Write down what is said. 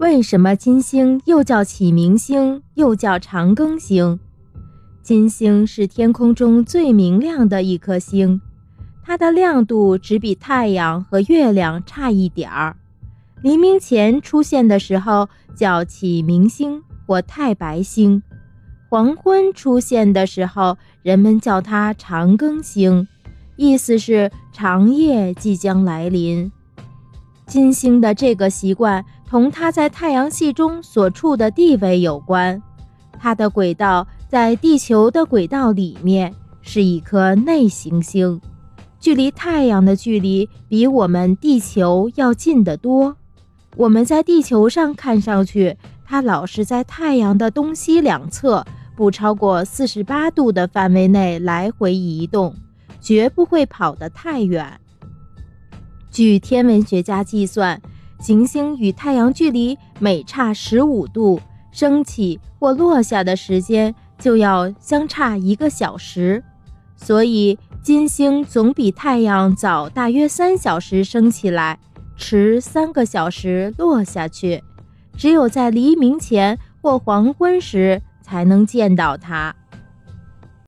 为什么金星又叫启明星，又叫长庚星？金星是天空中最明亮的一颗星，它的亮度只比太阳和月亮差一点儿。黎明前出现的时候叫启明星或太白星，黄昏出现的时候人们叫它长庚星，意思是长夜即将来临。金星的这个习惯同它在太阳系中所处的地位有关，它的轨道在地球的轨道里面，是一颗内行星，距离太阳的距离比我们地球要近得多。我们在地球上看上去，它老是在太阳的东西两侧不超过48度的范围内来回移动，绝不会跑得太远。据天文学家计算，行星与太阳距离每差15度，升起或落下的时间就要相差1个小时，所以金星总比太阳早大约3小时升起来，迟3个小时落下去，只有在黎明前或黄昏时才能见到它。